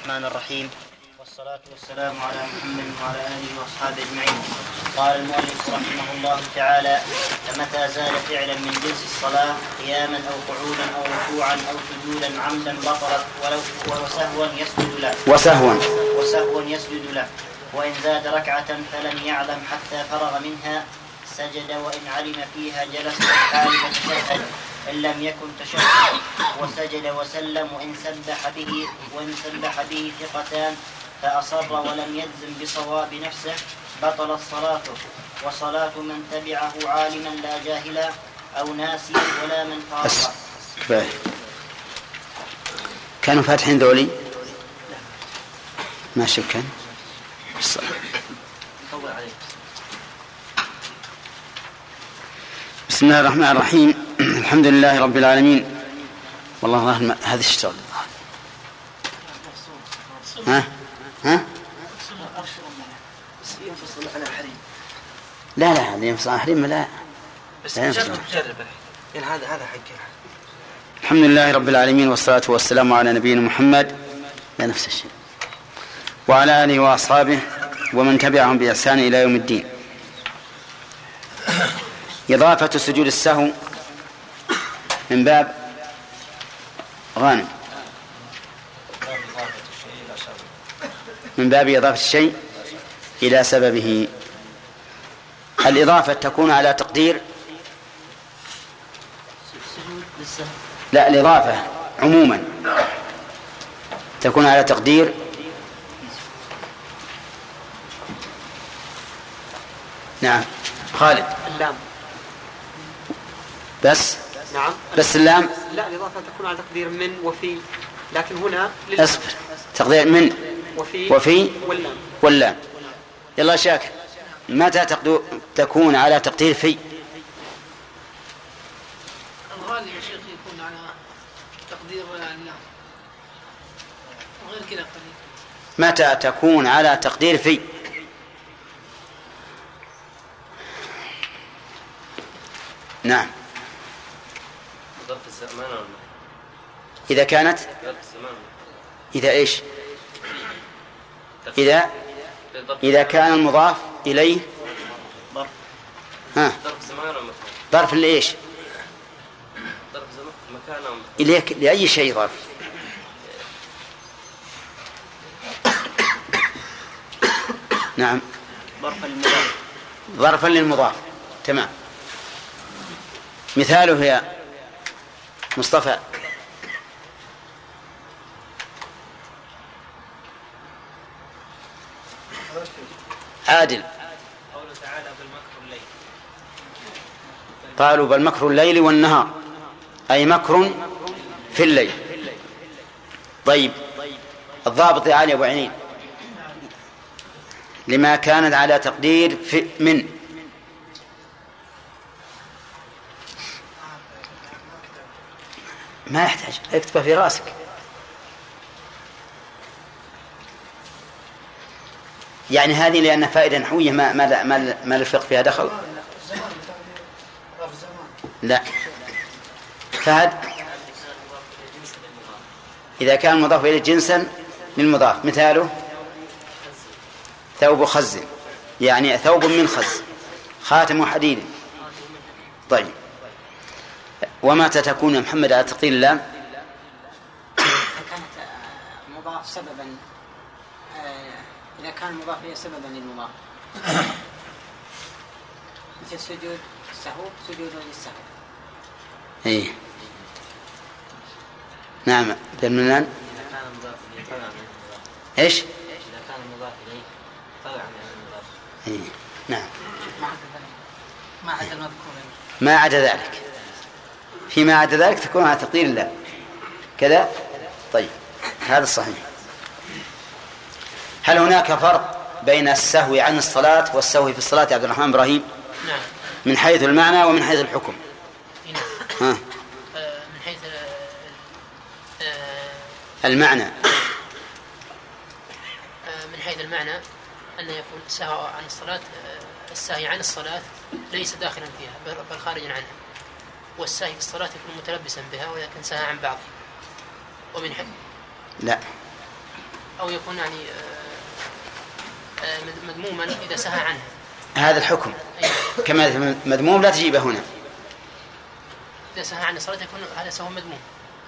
الرحمن الرحيم، والصلاة والسلام على محمد وعلى آله وأصحابه أجمعين. قال المؤلف رحمه الله تعالى: فمتى زال فعلا من جنس الصلاة قياما أو قعودا أو ركوعا أو سجودا عمدا بطلت وسهوا يسجد له، وإن زاد ركعة فلم يعلم حتى فرغ منها سجد، وإن علم فيها جلس في الحال فتشهد إن لم يكن تشهد وسجد وسلم، وإن سبح به ثقتان فأصر ولم يجزم بصواب نفسه بطلت صلاته، وصلاة من تبعه عالما لا جاهلا أو ناسيا ولا من فارغ. كانوا فاتحين ذولي ما شك. بسم الله الرحمن الرحيم. الحمد لله رب العالمين. والله هذا اشتغل. ها لا اللي ينفصل عن حريم لا، بس جرب يعني هذا حق. الحمد لله رب العالمين، والصلاة والسلام على نبينا محمد لا نفس الشيء وعلى آله وأصحابه ومن تبعهم بإحسان إلى يوم الدين. إضافة سجود السهو من باب غانم، من باب إضافة الشيء إلى سببه. الإضافة تكون على تقدير لا، الإضافة عموما تكون على تقدير نعم خالد اللام بس نعم بس اللام لا، الإضافة تكون على تقدير من وفي، لكن هنا اصبر تقدير من وفي واللام. يلا شاكر، متى تكون على تقدير في؟ الغالي يا شيخ يكون على تقدير اللام وغير كذا قليل. متى تكون على تقدير في؟ نعم ظرف الزمان ولا إذا كانت إذا إيش؟ إذا كان المضاف إليه ظرف لإيش؟ ظرف مكان إليك لأي شيء ظرف. نعم ظرفا للمضاف. تمام. مثاله يا مصطفى عادل. قالوا بل مكر الليل والنهار، أي مكر في الليل. طيب الضابط يا علي أبو عينين لما كانت على تقدير في من ما يحتاج اكتبه في راسك. يعني هذه لأن فائدة نحوية ما الفقه فيها دخل. لا فهد إذا كان مضاف إليه جنسا للمضاف. مثاله ثوب خز، يعني ثوب من خز، خاتم حديد. طيب ومتى تكون يا محمد على تقدير اللام؟ كانت مضاف سببا، إذا كان مضاف إليه سببا للمضاف مثل سجود السهو، سجود للسهو. إيه نعم. بالمنان إيش؟ إذا كان مضاف إليه طلع من المضاف. إيه نعم. ما عدا المذكور، ما عدا ذلك، فيما عدا ذلك تكون على تقدير الله كذا. طيب هذا الصحيح. هل هناك فرق بين السهو عن الصلاة والسهو في الصلاة يا عبد الرحمن إبراهيم؟ نعم. من حيث المعنى ومن حيث الحكم. نعم. من حيث المعنى. من حيث المعنى أنه يكون السهو عن الصلاة، الساهي عن الصلاة ليس داخلا فيها بل خارجا عنها، والساهي في الصلاة يكون متلبسا بها ولكن ساهى عن بعض. ومن حيث لا أو يكون يعني مذموما إذا سهى عنه. هذا الحكم كما مذموم لا تجيبه هنا. إذا سهى عن الصلاة يكون هذا سهو مذموم.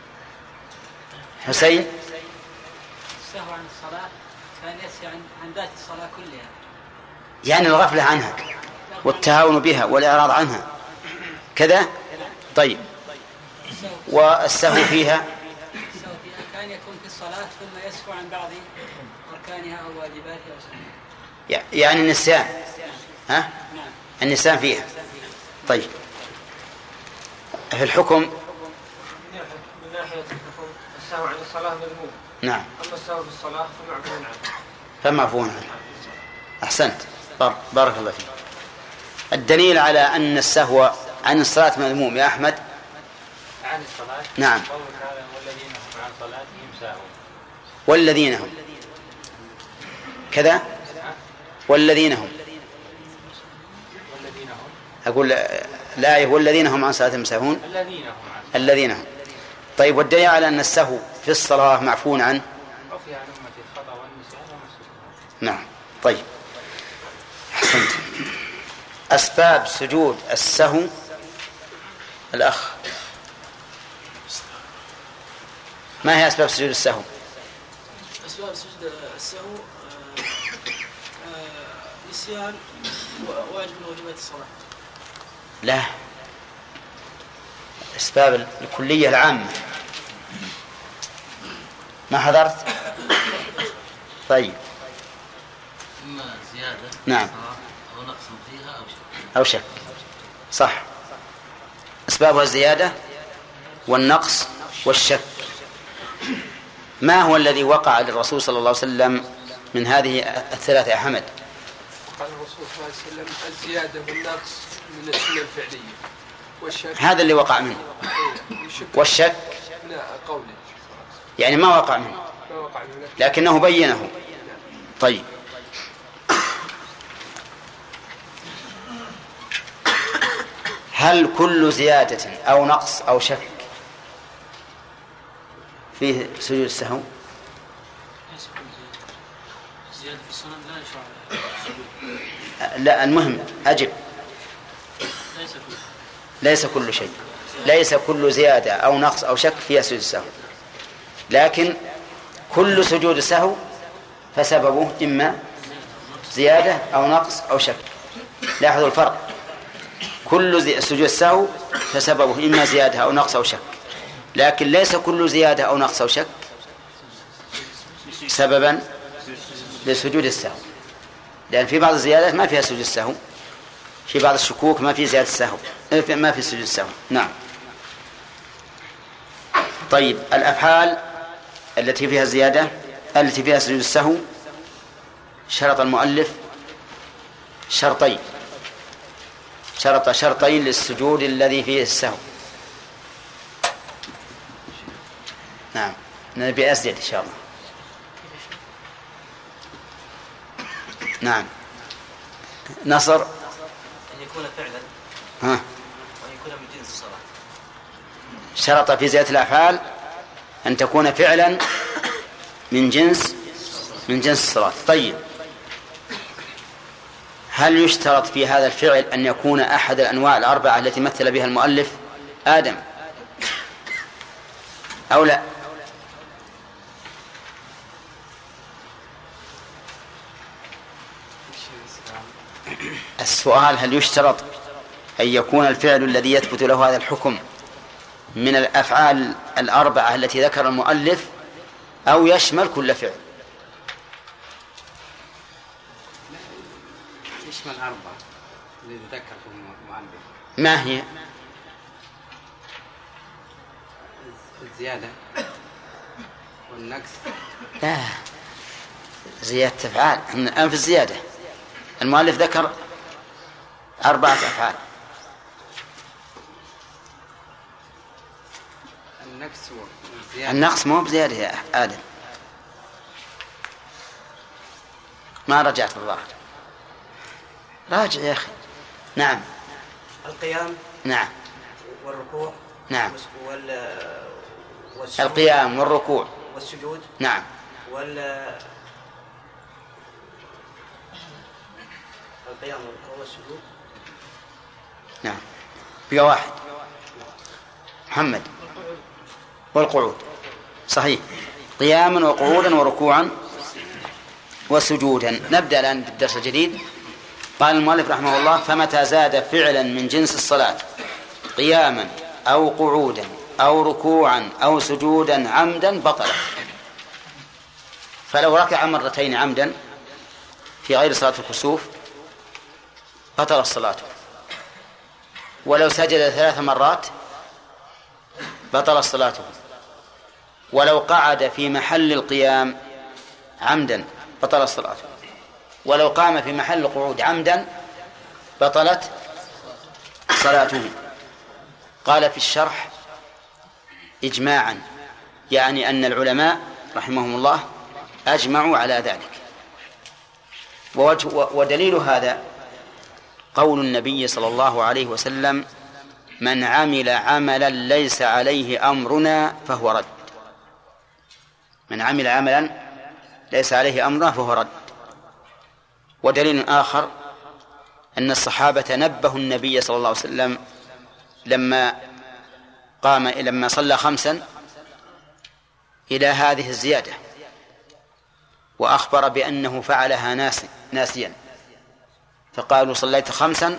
حسين. السهو عن الصلاة كان يسهى عن ذات الصلاة كلها، يعني الغفلة عنها والتهاون بها والإعراض عنها كذا. طيب والسهو فيها كان يكون في الصلاة ثم يسهو عن بعض أركانها أو واجباتها أو سننها، يعني النسيان. ها؟ نعم. النسيان فيها. طيب في الحكم من ناحية الحكم السهو عن الصلاة مذموم. نعم. أما السهو في الصلاة فمعفو عنه. فمعفو عنه. أحسنت، بارك الله فيك. الدليل على أن السهو عن الصلاة مذموم يا أحمد. عن الصلاة. نعم. والذين هم عن صلاتهم ساهون. والذين هم كذا. والذين هم أقول لا، والذين هم عن صلاتهم ساهون. الذين هم. طيب والدليل على أن السهو في الصلاة معفو عنه. عفي عن أمتي الخطأ والنسيان والمسجد. نعم. طيب أحسنت. أسباب سجود السهو الأخ، ما هي أسباب سجود السهو؟ أسباب سجود السهو نسيان واجب من واجبات الصلاة. لا، أسباب الكلية العامة ما حضرت. طيب إما زيادة نعم أو نقص فيها أو شك. صح، أسبابها الزيادة والنقص والشك. ما هو الذي وقع للرسول صلى الله عليه وسلم من هذه الثلاثة يا حمد؟ قال الرسول صلى الله عليه وسلم الزيادة والنقص من السنة الفعلية، والشك هذا اللي وقع منه. والشك لا قولي يعني ما وقع منه لكنه بينه. طيب هل كل زيادة أو نقص أو شك فيه سجود السهو؟ زيادة في السنن لا يشرع. لا، المهم أجب. ليس كل شيء، ليس كل زيادة أو نقص أو شك فيها سجود السهو، لكن كل سجود السهو فسببه إما زيادة أو نقص أو شك. لاحظوا الفرق، كل سجود السهو فسببه إما زيادة أو نقص أو شك، لكن ليس كل زيادة أو نقص أو شك سببا لسجود السهو، لأن في بعض الزيادات ما فيها سجود السهو، في بعض الشكوك ما في زيادة السهو، ما في سجود السهو. نعم. طيب الأفعال التي فيها الزيادة التي فيها سجود السهو شرط المؤلف شرطين، شرط شرطين للسجود الذي فيه السهو. نعم، نبي أزيد إن شاء الله. نعم نصر. أن يكون فعلا ها، وأن يكون من جنس الصلاة. شرط في زيادة الأفعال أن تكون فعلا من جنس الصلاة. طيب هل يشترط في هذا الفعل أن يكون أحد الأنواع الأربعة التي مثل بها المؤلف آدم أو لا؟ السؤال هل يشترط أن يكون الفعل الذي يثبت له هذا الحكم من الأفعال الأربعة التي ذكر المؤلف أو يشمل كل فعل؟ يشمل أربعة اللي ذكر في المؤلف. ما هي؟ الزيادة والنقص. لا، زيادة أفعال. الآن في الزيادة المؤلف ذكر 4 أفعال. النقص مو بزيادة يا آدم، ما رجعت الظاهر، راجع يا أخي. نعم. القيام. نعم. والركوع. نعم. القيام والركوع والسجود. نعم. القيام والركوع والسجود. نعم بقى واحد. محمد. والقعود صحيح، قياما وقعودا وركوعا وسجودا. نبدأ الآن بالدرس الجديد. قال المؤلف رحمه الله: فمتى زاد فعلا من جنس الصلاة قياما أو قعودا أو ركوعا أو سجودا عمدا بطلت. فلو ركع مرتين عمدا في غير صلاة الكسوف بطلت صلاته، ولو سجد 3 مرات بطلت صلاته، ولو قعد في محل القيام عمدا بطلت صلاته، ولو قام في محل القعود عمدا بطلت صلاته. قال في الشرح: إجماعا، يعني أن العلماء رحمهم الله أجمعوا على ذلك. ودليل هذا قول النبي صلى الله عليه وسلم: من عمل عملا ليس عليه أمرنا فهو رد. من عمل عملا ليس عليه أمرنا فهو رد. ودليل آخر أن الصحابة نبهوا النبي صلى الله عليه وسلم لما صلى 5 إلى هذه الزيادة، وأخبر بأنه فعلها ناسيا، فقالوا: صليت 5؟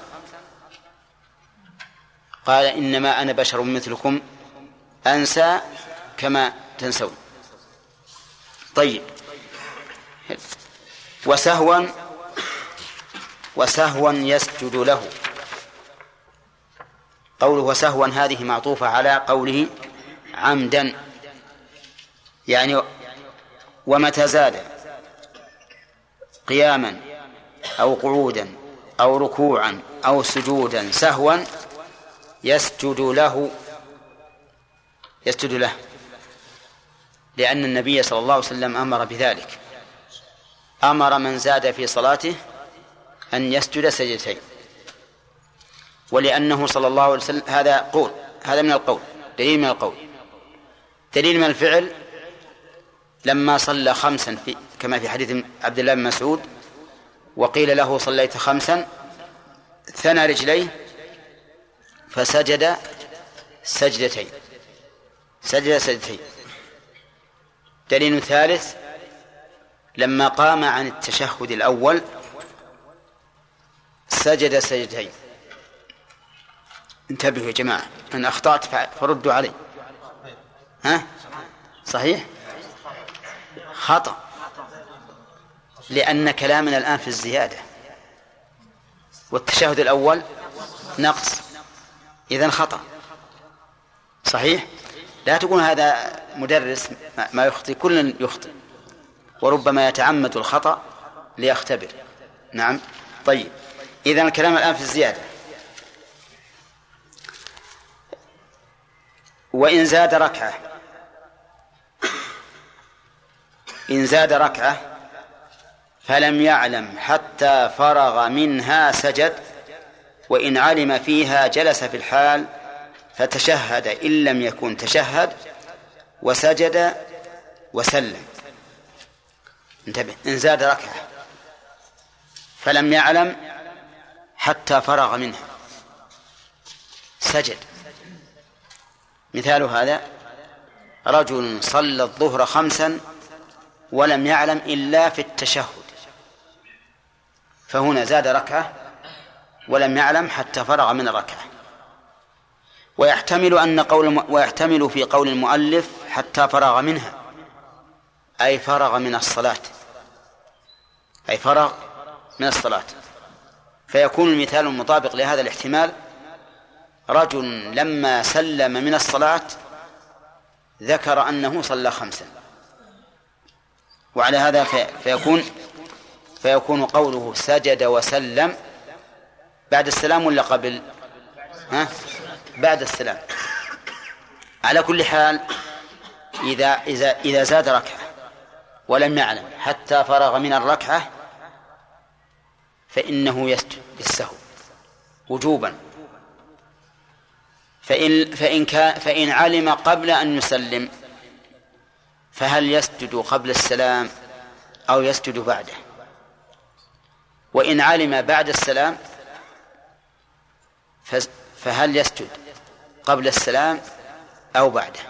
قال: إنما أنا بشر مثلكم أنسى كما تنسون. طيب، وسهوا يسجد له. قوله وسهوا هذه معطوفة على قوله عمدا، يعني ومتى زاد قياما أو قعودا أو ركوعا أو سجودا سهوا يسجد له، لأن النبي صلى الله عليه وسلم أمر بذلك، أمر من زاد في صلاته أن يسجد سجدتين. ولأنه صلى الله عليه وسلم هذا من القول، دليل من القول. دليل من الفعل: لما صلى 5 كما في حديث عبد الله بن مسعود وقيل له: صليت 5، ثنى رجليه فسجد سجدتين. دليل ثالث: لما قام عن التشهد الأول سجد سجدتين. انتبهوا يا جماعة، أن أخطأت فردوا علي. صحيح؟ خطأ، لأن كلامنا الآن في الزيادة، والتشهد الأول نقص، إذن خطأ. صحيح؟ لا تقول هذا مدرس ما يخطئ، كل يخطئ، وربما يتعمد الخطأ ليختبر. نعم. طيب، إذن الكلام الآن في الزيادة. وإن زاد ركعة، إن زاد ركعة فلم يعلم حتى فرغ منها سجد، وإن علم فيها جلس في الحال فتشهد إن لم يكن تشهد، وسجد وسلم. انتبه، إن زاد ركعة فلم يعلم حتى فرغ منها سجد. مثال هذا: رجل صلى الظهر 5 ولم يعلم إلا في التشهد، فهنا زاد ركعة ولم يعلم حتى فرغ من الركعة. ويحتمل في قول المؤلف حتى فرغ منها، أي فرغ من الصلاة، فيكون المثال المطابق لهذا الاحتمال: رجل لما سلم من الصلاة ذكر أنه صلى 5، وعلى هذا فيكون قوله سجد وسلم بعد السلام ولا قبل؟ بعد السلام. على كل حال، إذا زاد ركعة ولم يعلم حتى فرغ من الركعة فإنه يسجد للسهو وجوبا. فإن علم قبل أن يسلم فهل يسجد قبل السلام أو يسجد بعده؟ وإن علم بعد السلام فهل يسجد قبل السلام أو بعده؟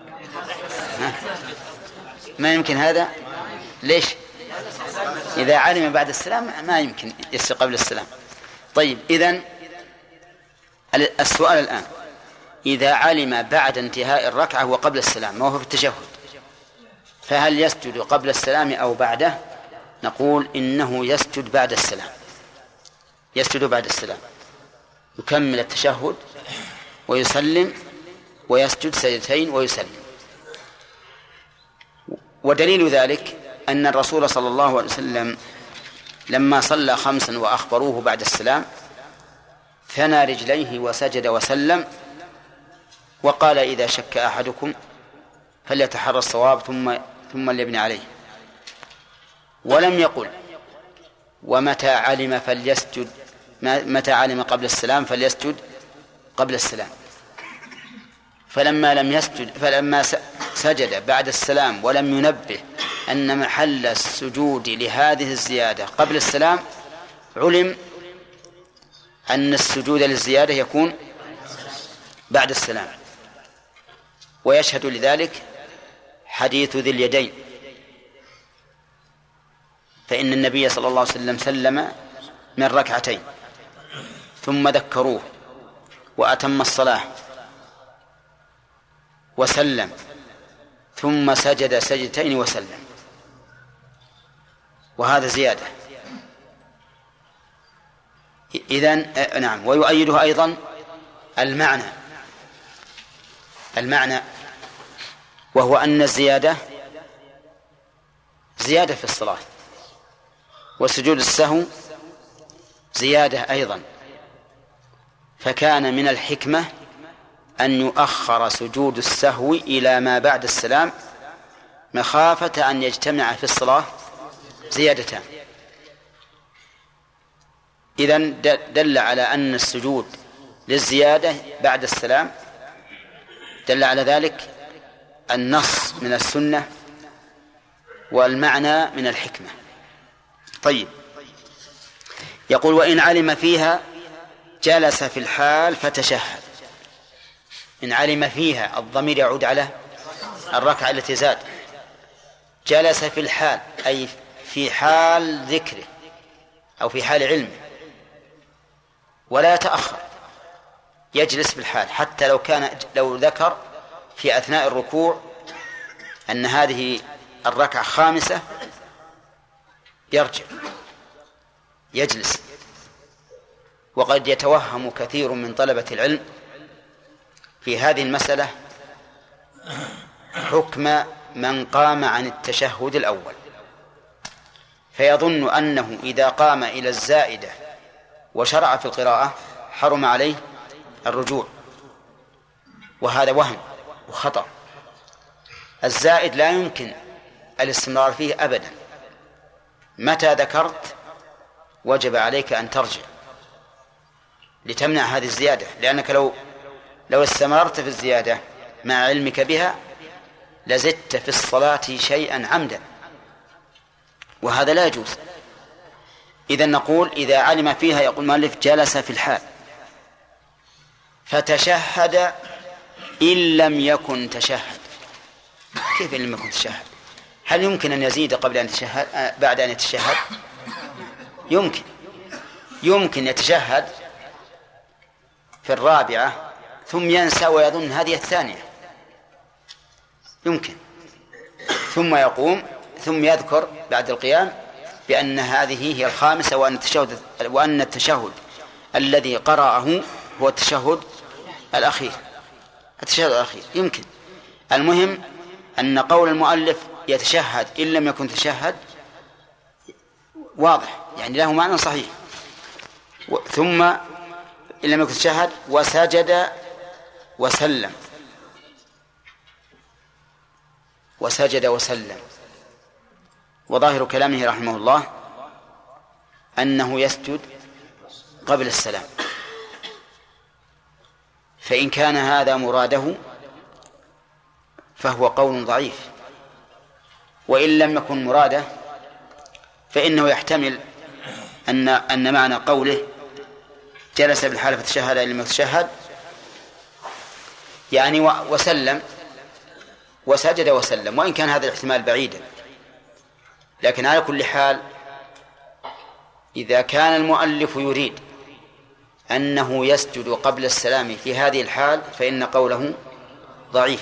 ما يمكن هذا. ليش؟ إذا علم بعد السلام ما يمكن يسجد قبل السلام. طيب، إذن السؤال الآن: إذا علم بعد انتهاء الركعة وقبل السلام، ما هو في التشهد، فهل يسجد قبل السلام أو بعده؟ نقول إنه يسجد بعد السلام، يسجد بعد السلام، يكمل التشهد ويسلم ويسجد سجدتين ويسلم. ودليل ذلك أن الرسول صلى الله عليه وسلم لما صلى 5 وأخبروه بعد السلام ثنى رجليه وسجد وسلم، وقال: إذا شك أحدكم فليتحرى الصواب ثم ليبني عليه. ولم يقل: ومتى علم فليسجد، متى علم قبل السلام فليسجد قبل السلام. فلما سجد بعد السلام ولم ينبه أن محل السجود لهذه الزيادة قبل السلام، علم أن السجود للزيادة يكون بعد السلام. ويشهد لذلك حديث ذي اليدين، فإن النبي صلى الله عليه وسلم سلم من ركعتين ثم ذكروه وأتم الصلاة وسلم ثم سجد سجدتين وسلم، وهذا زيادة. إذن نعم. ويؤيده أيضا المعنى وهو أن الزيادة زيادة في الصلاة، وسجود السهو زيادة أيضا، فكان من الحكمة أن يؤخر سجود السهو إلى ما بعد السلام مخافة أن يجتمع في الصلاة زيادتان. إذن دل على أن السجود للزيادة بعد السلام، دل على ذلك النص من السنة والمعنى من الحكمة. طيب، يقول: وإن علم فيها جلس في الحال فتشهد. إن علم فيها، الضمير يعود على الركعة التي زاد. جلس في الحال أي في حال ذكره أو في حال علمه، ولا يتأخر، يجلس في الحال، حتى لو ذكر في أثناء الركوع أن هذه الركعة 5 يرجع يجلس. وقد يتوهم كثير من طلبة العلم في هذه المسألة حكم من قام عن التشهد الأول، فيظن أنه إذا قام إلى الزائدة وشرع في القراءة حرم عليه الرجوع، وهذا وهم وخطأ. الزائد لا يمكن الاستمرار فيه أبدا، متى ذكرت وجب عليك أن ترجع لتمنع هذه الزيادة، لأنك لو استمررت في الزيادة مع علمك بها لزدت في الصلاة شيئا عمدا، وهذا لا يجوز. إذن نقول: إذا علم فيها، يقول المؤلف: جلس في الحال فتشهد إن لم يكن تشهد. كيف إن لم يكن تشهد؟ هل يمكن أن يزيد قبل أن يتشهد بعد أن يتشهد؟ يمكن يتشهد في الرابعة ثم ينسى ويظن هذه الثانية، يمكن، ثم يقوم ثم يذكر بعد القيام بأن هذه هي 5 وأن التشهد الذي قرأه هو التشهد الأخير. يمكن. المهم أن قول المؤلف يتشهد إن لم يكن تشهد واضح، يعني له معنى صحيح. ثم إن لم يكن تشهد وسجد وسلم، وظاهر كلامه رحمه الله أنه يسجد قبل السلام. فإن كان هذا مراده فهو قول ضعيف، وإن لم يكن مراده فإنه يحتمل أن معنى قوله جلس بالحالة فتشهد إلى ما تشهد يعني وسلم وسجد وسلم، وإن كان هذا الاحتمال بعيدا، لكن على كل حال إذا كان المؤلف يريد أنه يسجد قبل السلام في هذه الحال فإن قوله ضعيف،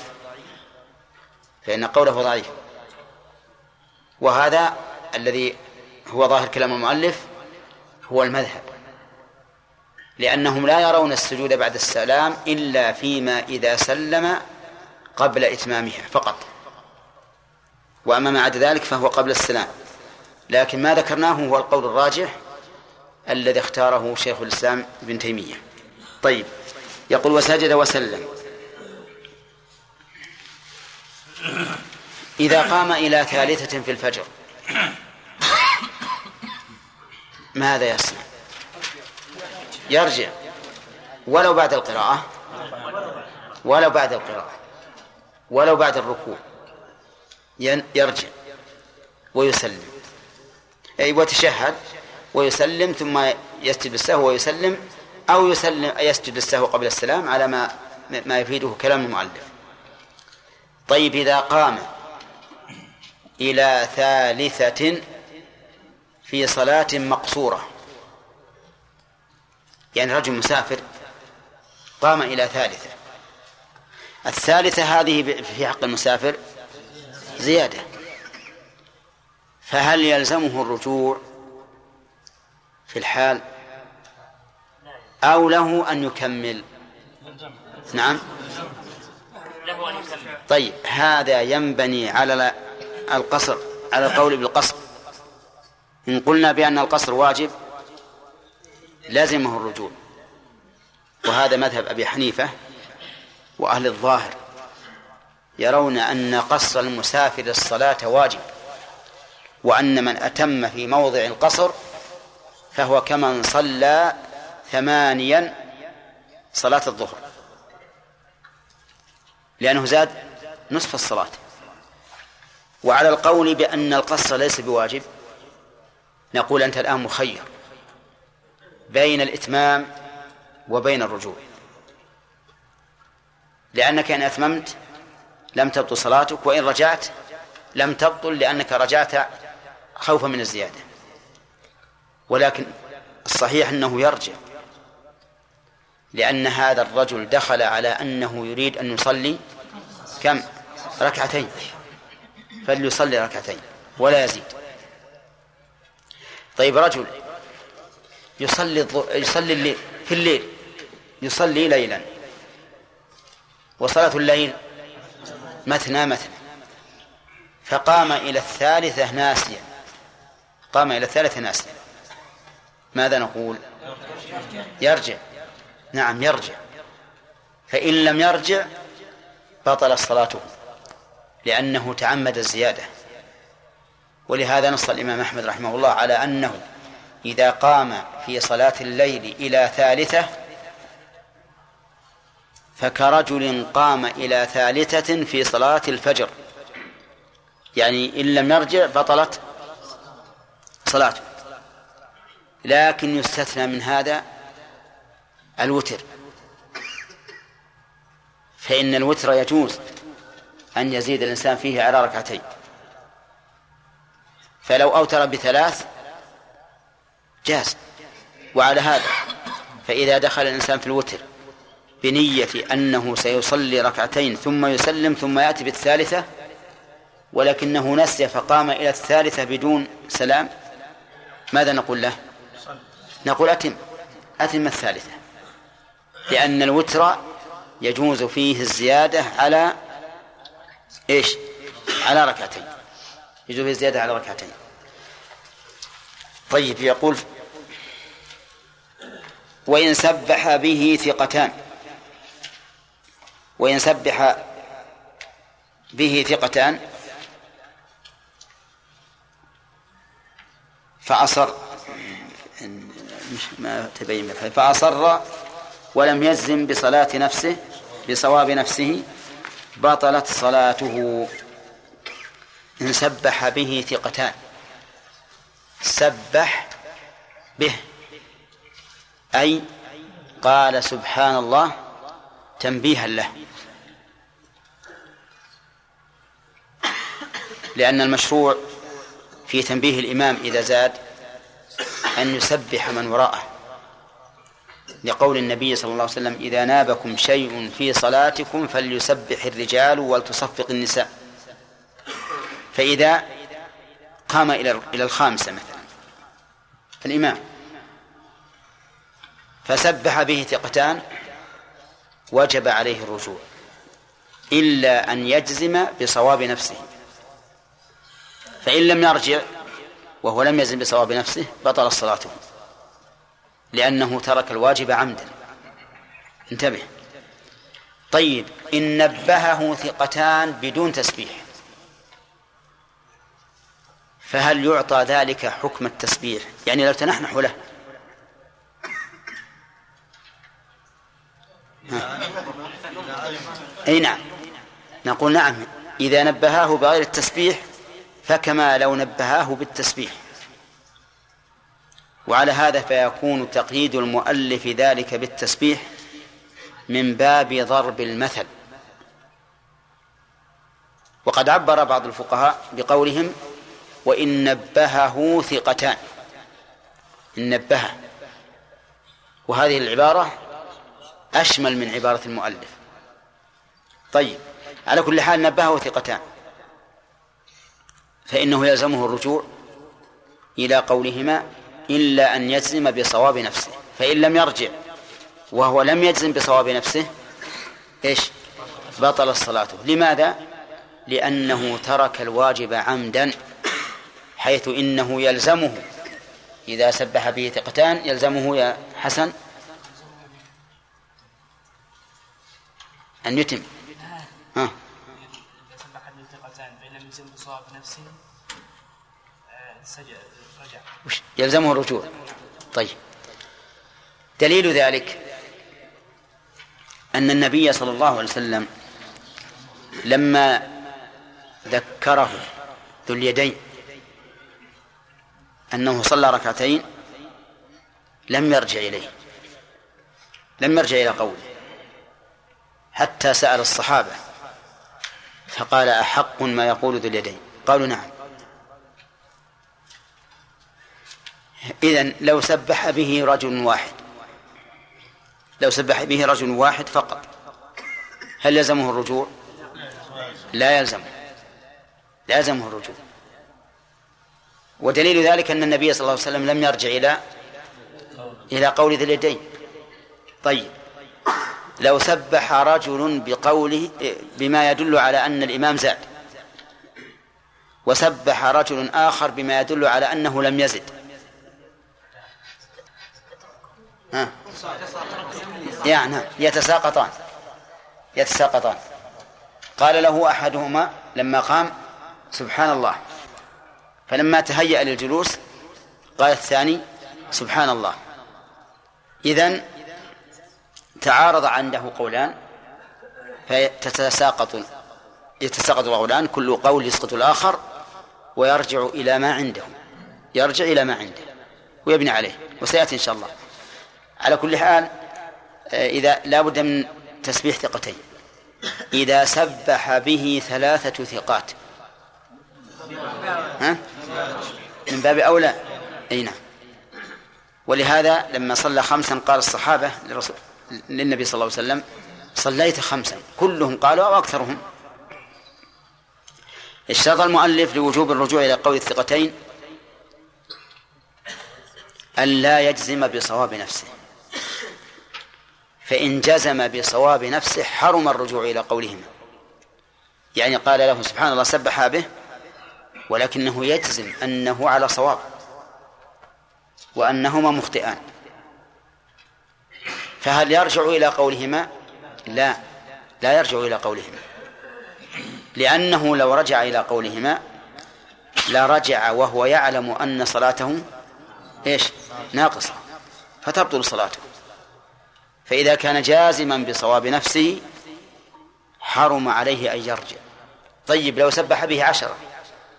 وهذا الذي هو ظاهر كلام المؤلف هو المذهب، لأنهم لا يرون السجود بعد السلام إلا فيما إذا سلم قبل إتمامها فقط، وأما ما عدا ذلك فهو قبل السلام. لكن ما ذكرناه هو القول الراجح الذي اختاره شيخ الإسلام ابن تيمية. طيب، يقول وسجد وسلم. إذا قام إلى ثالثة في الفجر ماذا يصنع؟ يرجع ولو بعد القراءة، ولو بعد الركوع يرجع ويسلم، أي وتشهد ويسلم ثم يسجد السهو ويسلم، أو يسجد السهو قبل السلام على ما يفيده كلام المؤلف. طيب، إذا قام إلى ثالثة في صلاة مقصورة، يعني رجل مسافر قام إلى ثالثة، الثالثة هذه في حق المسافر زيادة، فهل يلزمه الرجوع في الحال أو له أن يكمل؟ نعم، طيب، هذا ينبني على القصر، على القول بالقصر. إن قلنا بأن القصر واجب لازمه الرجوع، وهذا مذهب أبي حنيفة وأهل الظاهر، يرون أن قصر المسافر الصلاة واجب، وأن من أتم في موضع القصر فهو كمن صلى 8 صلاة الظهر، لأنه زاد نصف الصلاة. وعلى القول بأن القصر ليس بواجب نقول أنت الآن مخير بين الإتمام وبين الرجوع، لأنك إن أتممت لم تبطل صلاتك، وإن رجعت لم تبطل لأنك رجعت خوفا من الزيادة. ولكن الصحيح أنه يرجع، لأن هذا الرجل دخل على أنه يريد أن يصلي كم؟ ركعتين، فليصلي ركعتين ولا يزيد. طيب، رجل يصلي الليل في الليل، يصلي ليلا، وصلاة الليل مثنى، فقام إلى الثالثة ناسيا، ماذا نقول؟ يرجع. نعم، يرجع، فإن لم يرجع بطل صلاته لأنه تعمد الزيادة. ولهذا نص الإمام أحمد رحمه الله على أنه إذا قام في صلاة الليل إلى ثالثة فكرجل قام إلى ثالثة في صلاة الفجر، يعني إن لم يرجع بطلت صلاته. لكن يستثنى من هذا الوتر، فإن الوتر يجوز أن يزيد الإنسان فيه على ركعتين، فلو أوتر ب3 جاز. وعلى هذا فإذا دخل الإنسان في الوتر بنية أنه سيصلي ركعتين ثم يسلم ثم يأتي بالثالثة، ولكنه نسي فقام إلى الثالثة بدون سلام، ماذا نقول له؟ نقول أتم الثالثة، لأن الوتر يجوز فيه الزيادة على إيش؟ على ركعتين، يجوز فيه الزيادة على ركعتين. طيب، يقول وإن سبح به ثقتان، وإن سبح به ثقتان فأصر، ما تبين فأصر ولم يجزم بصلاة نفسه بصواب نفسه بطلت صلاته. إن سبح به ثقتان، سبح به أي قال سبحان الله تنبيها له، لأن المشروع في تنبيه الإمام إذا زاد أن يسبح من وراءه، لقول النبي صلى الله عليه وسلم: إذا نابكم شيء في صلاتكم فليسبح الرجال ولتصفق النساء. فإذا قام إلى الخامسة مثلا الإمام فسبح به ثقتان وجب عليه الرجوع إلا أن يجزم بصواب نفسه، فإن لم يرجع وهو لم يجزم بصواب نفسه بطل صلاته، لأنه ترك الواجب عمدا. انتبه. طيب، إن نبهه ثقتان بدون تسبيح فهل يعطى ذلك حكم التسبيح؟ يعني لو تنحنح له أي نعم، نقول نعم إذا نبهاه بغير التسبيح فكما لو نبهاه بالتسبيح. وعلى هذا فيكون تقييد المؤلف ذلك بالتسبيح من باب ضرب المثل. وقد عبر بعض الفقهاء بقولهم: وإن نبهه ثقتان، إن نبهه، وهذه العبارة أشمل من عبارة المؤلف. طيب، على كل حال نبهه ثقتان فإنه يلزمه الرجوع إلى قولهما إلا أن يجزم بصواب نفسه، فإن لم يرجع وهو لم يجزم بصواب نفسه إيش؟ بطل صلاته. لماذا؟ لأنه ترك الواجب عمدا، حيث إنه يلزمه إذا سبح به ثقتان يلزمه يا حسن أن يتم. ها. سبح به ثقتان فإن لم يلزم بصواب نفسه رجع. يلزمه الرجوع. طيب، دليل ذلك أن النبي صلى الله عليه وسلم لما ذكره ذو اليدين أنه صلى ركعتين لم يرجع إليه، لم يرجع إلى قوله، حتى سأل الصحابة فقال: أحق ما يقول ذو اليدين؟ قالوا: نعم. إذن لو سبح به رجل واحد، لو سبح به رجل واحد فقط هل يلزمه الرجوع؟ لا يلزمه، لا يلزمه الرجوع. ودليل ذلك أن النبي صلى الله عليه وسلم لم يرجع إلى قول ذي اليدين. طيب، لو سبح رجل بقوله بما يدل على أن الإمام زاد، وسبح رجل آخر بما يدل على أنه لم يزد، يعني يتساقطان. قال له أحدهما لما قام: سبحان الله، فلما تهيأ للجلوس قال الثاني: سبحان الله. إذن تعارض عنده قولان فيتساقط القولان، كل قول يسقط الآخر ويرجع إلى ما عنده، يرجع إلى ما عنده ويبني عليه، وسيأتي إن شاء الله. على كل حال إذا لا بد من تسبيح ثقتين. إذا سبح به 3 ثقات من باب أولى. أي نعم. ولهذا لما صلى 5 قال الصحابة للنبي صلى الله عليه وسلم: صليت 5، كلهم قالوا أو أكثرهم. اشترط المؤلف لوجوب الرجوع إلى قول الثقتين أن لا يجزم بصواب نفسه، فإن جزم بصواب نفسه حرم الرجوع إلى قولهما. يعني قال له: سبحان الله، سبح به، ولكنه يجزم أنه على صواب وأنهما مخطئان، فهل يرجع إلى قولهما؟ لا يرجع إلى قولهما، لأنه لو رجع إلى قولهما لا رجع وهو يعلم أن صلاته ناقصة فتبطل صلاته. فإذا كان جازما بصواب نفسه حرم عليه أن يرجع. طيب، لو سبح به 10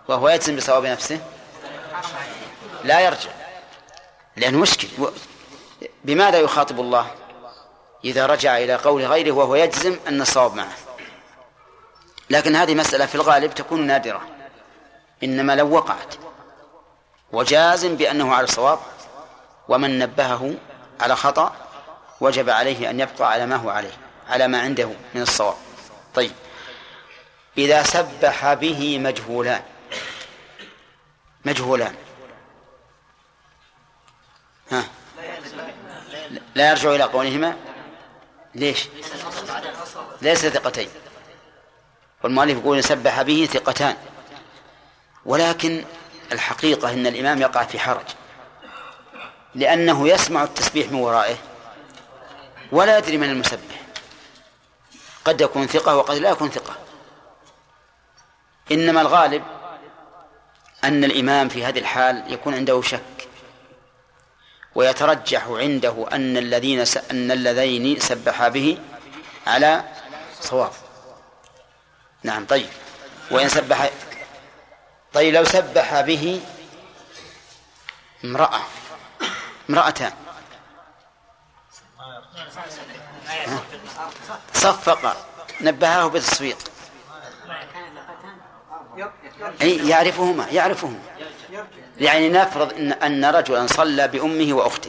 وهو يجزم بصواب نفسه لا يرجع، لأنه مشكل. بماذا يخاطب الله إذا رجع إلى قول غيره وهو يجزم أن الصواب معه؟ لكن هذه مسألة في الغالب تكون نادرة، إنما لو وقعت وجازم بأنه على الصواب ومن نبهه على خطأ وجب عليه أن يبقى على ما هو عليه، على ما عنده من الصواب. طيب، إذا سبح به مجهولان لا يرجع إلى قولهما. ليش؟ ليس ثقتين، والمؤلف يقول سبح به ثقتان، ولكن الحقيقة إن الإمام يقع في حرج، لأنه يسمع التسبيح من ورائه ولا يدري من المسبح، قد يكون ثقة وقد لا يكون ثقة. إنما الغالب أن الإمام في هذه الحال يكون عنده شك، ويترجح عنده أن اللذين سبحا به على صواب. نعم. طيب، وإن سبح، طيب لو سبح به امرأتان صفق نبهاه بالتصفيق، يعرفهما يعني نفرض أن رجلا صلى بأمه وأخته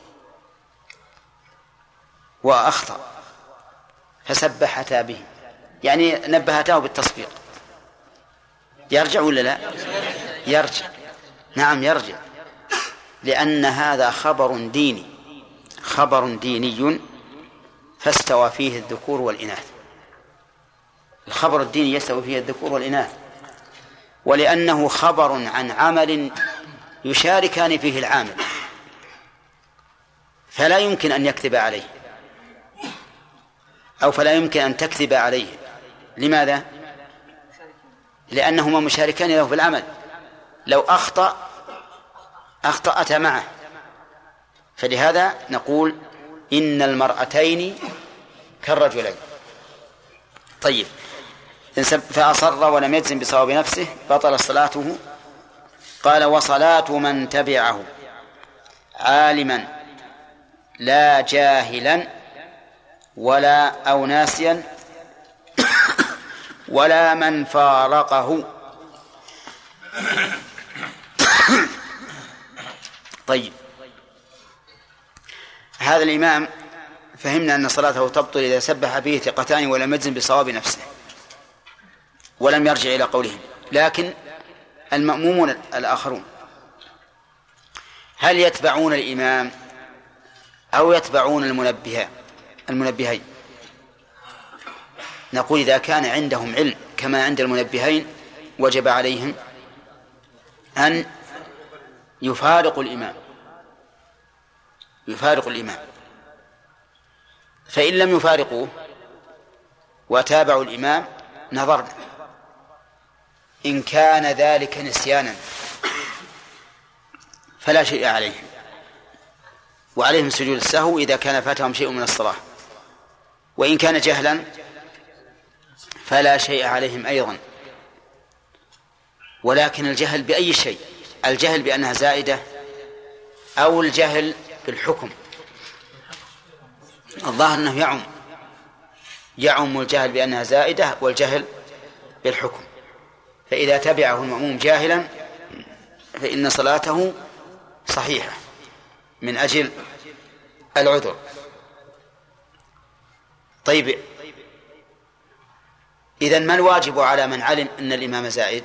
وأخطأ فسبحتا به، يعني نبهتاه بالتصفيق، يرجع ولا لا؟ يرجع. نعم يرجع، لأن هذا خبر ديني فاستوى فيه الذكور والإناث. الخبر الديني يستوي فيه الذكور والإناث، ولأنه خبر عن عمل يشاركان فيه العامل، فلا يمكن أن يكذب عليه أو فلا يمكن أن تكذب عليه. لماذا؟ لأنهما مشاركان له في العمل، لو أخطأتا معه. فلهذا نقول إن المرأتين كالرجلين. طيب، فأصر ولم يجزم بصواب نفسه بطل صلاته. قال: وصلاة من تبعه عالما لا جاهلا ولا أو ناسيا ولا من فارقه. طيب، هذا الإمام فهمنا أن صلاته تبطل إذا سبح به ثقتان ولم يجزم بصواب نفسه ولم يرجع إلى قولهم. لكن المأمومون الآخرون هل يتبعون الإمام أو يتبعون المنبهين؟ نقول إذا كان عندهم علم كما عند المنبهين وجب عليهم أن يفارقوا الإمام، فإن لم يفارقوه وتابعوا الإمام نظرنا، إن كان ذلك نسيانا فلا شيء عليهم، وعليهم سجود السهو إذا كان فاتهم شيء من الصلاة، وإن كان جهلا فلا شيء عليهم أيضا. ولكن الجهل بأي شيء، الجهل بأنها زائدة أو الجهل بالحكم، الظاهر أنه يعم الجهل بأنها زائدة والجهل بالحكم. فإذا تبعه المأموم جاهلا فإن صلاته صحيحة من أجل العذر. طيب، إذن ما الواجب على من علم أن الإمام زائد؟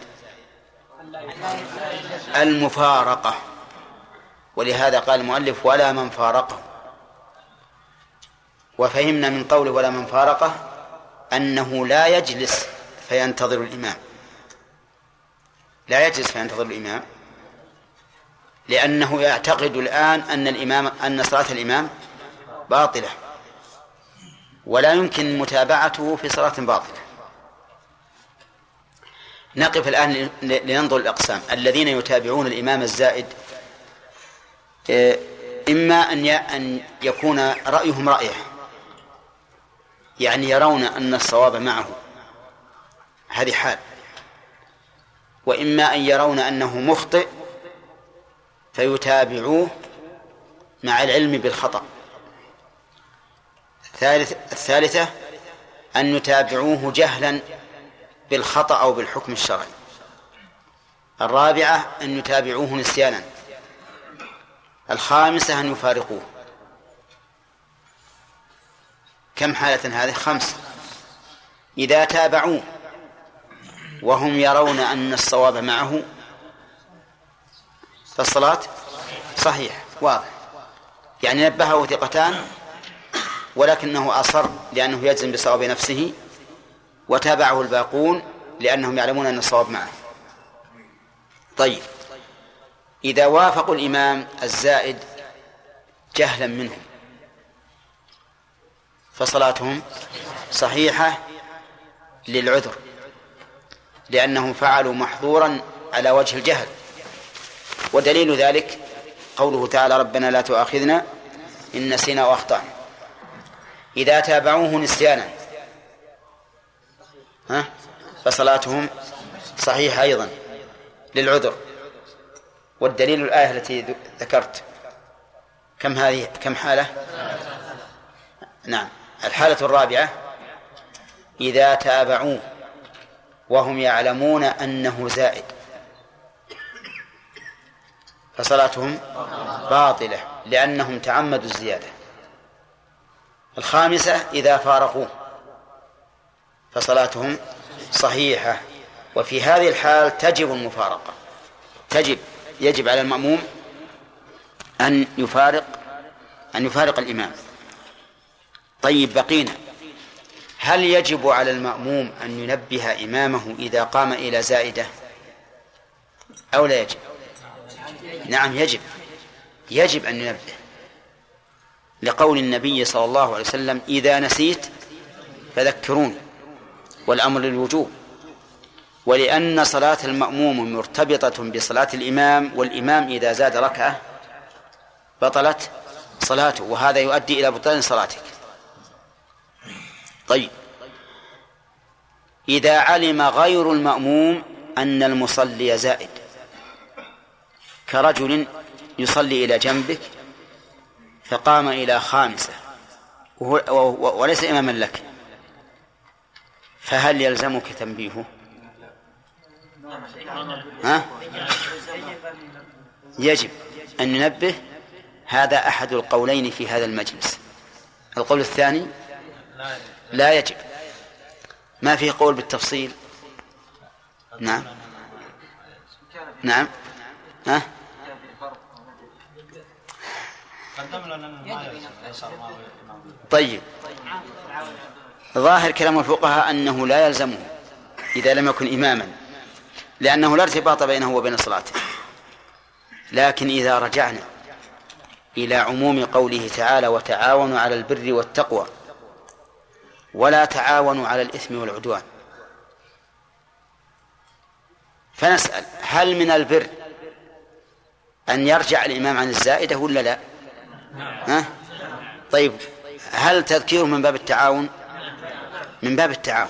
المفارقة، ولهذا قال المؤلف: ولا من فارقه. وفهمنا من قوله ولا من فارقه أنه لا يجلس فينتظر الإمام، لأنه يعتقد الآن أن صلاة الإمام باطلة ولا يمكن متابعته في صلاة باطلة. نقف الآن لننظر الأقسام. الذين يتابعون الإمام الزائد إما أن يكون رأيهم رأيه، يعني يرون أن الصواب معه، هذه حال، وإما أن يرون أنه مخطئ فيتابعوه مع العلم بالخطأ. الثالثة أن يتابعوه جهلا بالخطأ أو بالحكم الشرعي. الرابعة أن يتابعوه نسيانا. الخامسة أن يفارقوه. كم حالة هذه؟ 5. إذا تابعوه وهم يرون أن الصواب معه فالصلاة صحيح واضح، يعني نبهه ثقتان ولكنه أصر لأنه يجزم بصواب نفسه، وتابعه الباقون لأنهم يعلمون أن الصواب معه. طيب، إذا وافقوا الإمام الزائد جهلا منهم فصلاتهم صحيحة للعذر، لأنهم فعلوا محظورا على وجه الجهل. ودليل ذلك قوله تعالى: ربنا لا تؤاخذنا إن نسينا وأخطأنا. إذا تابعوه نسيانا فصلاتهم صحيحة أيضا للعذر. والدليل الآية التي ذكرت. كم هذه؟ كم حالة؟ نعم. الحالة الرابعة إذا تابعوه وهم يعلمون أنه زائد فصلاتهم باطلة لأنهم تعمدوا الزيادة. الخامسة إذا فارقوه فصلاتهم صحيحة. وفي هذه الحال تجب المفارقة، يجب على المأموم أن يفارق الإمام. طيب، بقينا: هل يجب على المأموم أن ينبه إمامه إذا قام إلى زائدة أو لا يجب؟ نعم، يجب أن ينبه، لقول النبي صلى الله عليه وسلم: إذا نسيت فذكروني، والأمر للوجوب. ولأن صلاة المأموم مرتبطة بصلاة الإمام، والإمام إذا زاد ركعة بطلت صلاته، وهذا يؤدي إلى بطلان صلاتك. طيب، إذا علم غير المأموم أن المصلي زائد، كرجل يصلي إلى جنبك فقام إلى 5 وليس إماما لك، فهل يلزمك تنبيهه؟ يجب أن ننبه. هذا أحد القولين في هذا المجلس. القول الثاني لا يجب، ما فيه قول بالتفصيل. نعم. طيب، ظاهر كلام الفقهاء أنه لا يلزمه إذا لم يكن إماما، لأنه لا ارتباط بينه وبين صلاته. لكن إذا رجعنا إلى عموم قوله تعالى: وتعاونوا على البر والتقوى ولا تعاونوا على الإثم والعدوان، فنسأل: هل من البر أن يرجع الإمام عن الزائدة ولا لا؟ طيب، هل تذكيره من باب التعاون؟ من باب التعاون.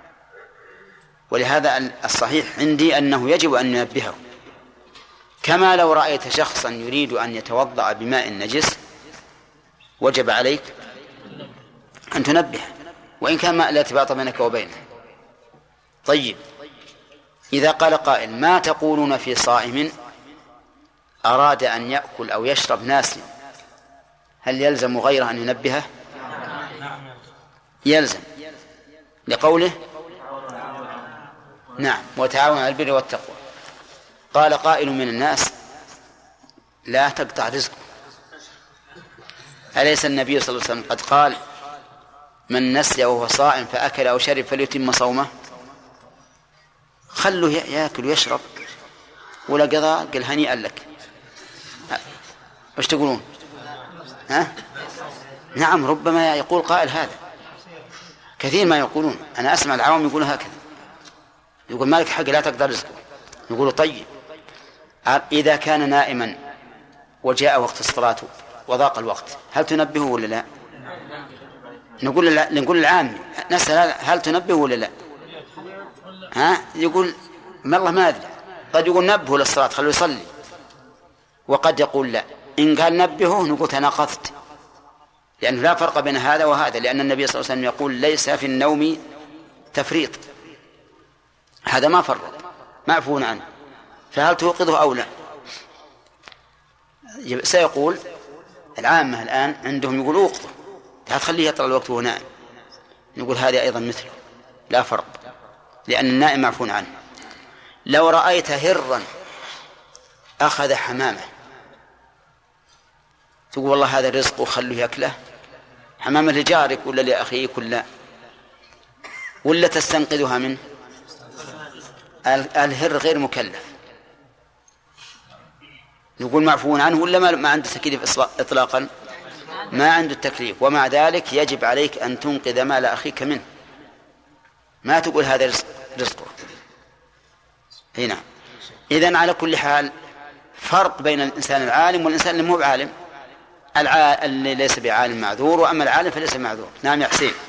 ولهذا الصحيح عندي أنه يجب أن ننبهه، كما لو رأيت شخصا يريد أن يتوضأ بماء نجس وجب عليك أن تنبه، وإن كان لا ارتباط بينك وبينه. طيب، إذا قال قائل: ما تقولون في صائم أراد أن يأكل أو يشرب ناسيا، هل يلزم غيره أن ينبهه؟ يلزم، لقوله: نعم، وتعاون على البر والتقوى. قال قائل من الناس: لا تقطع رزقه، أليس النبي صلى الله عليه وسلم قد قال: من نسي وهو صائم فأكل أو شرب فليتم صومه؟ خلوا يأكل ويشرب ولا قضاء، قل هنيئا لك. وش تقولون؟ نعم، ربما يقول قائل هذا، كثير ما يقولون. أنا أسمع العوام يقولون هكذا، يقول: مالك حق لا تقدر رزقه. نقول: طيب، إذا كان نائما وجاء وقت الصلاة وضاق الوقت هل تنبهه ولا لا؟ نقول العام نسأل: هل تنبهه ولا لا؟ يقول: ما الله ما أدري، قد يقول نبهه للصلاة خلوا يصلي، وقد يقول لا، إن قال نبهه نقول تناقضت، لأنه لا فرق بين هذا وهذا، لأن النبي صلى الله عليه وسلم يقول ليس في النوم تفريط، هذا ما فرط معفون عنه، فهل توقظه أو لا؟ سيقول العامة الآن عندهم يقول اوقظه، لا تخليه يطلع الوقت وهو نائم، نقول هذا أيضا مثله لا فرق، لأن النائم معفون عنه. لو رأيت هرا أخذ حمامة تقول والله هذا رزق وخلوه يأكله، حمامة لجارك ولا لأخيك ولا تستنقذها منه؟ الهر غير مكلف، نقول معفون عنه ولا ما عنده تكليف إطلاقا؟ ما عنده التكليف، ومع ذلك يجب عليك أن تنقذ مال أخيك منه، ما تقول هذا رزقه. هنا إذن على كل حال فرق بين الإنسان العالم والإنسان اللي مو بعالم. اللي ليس بعالم معذور، وأما العالم فليس معذور. نعم يا حسين.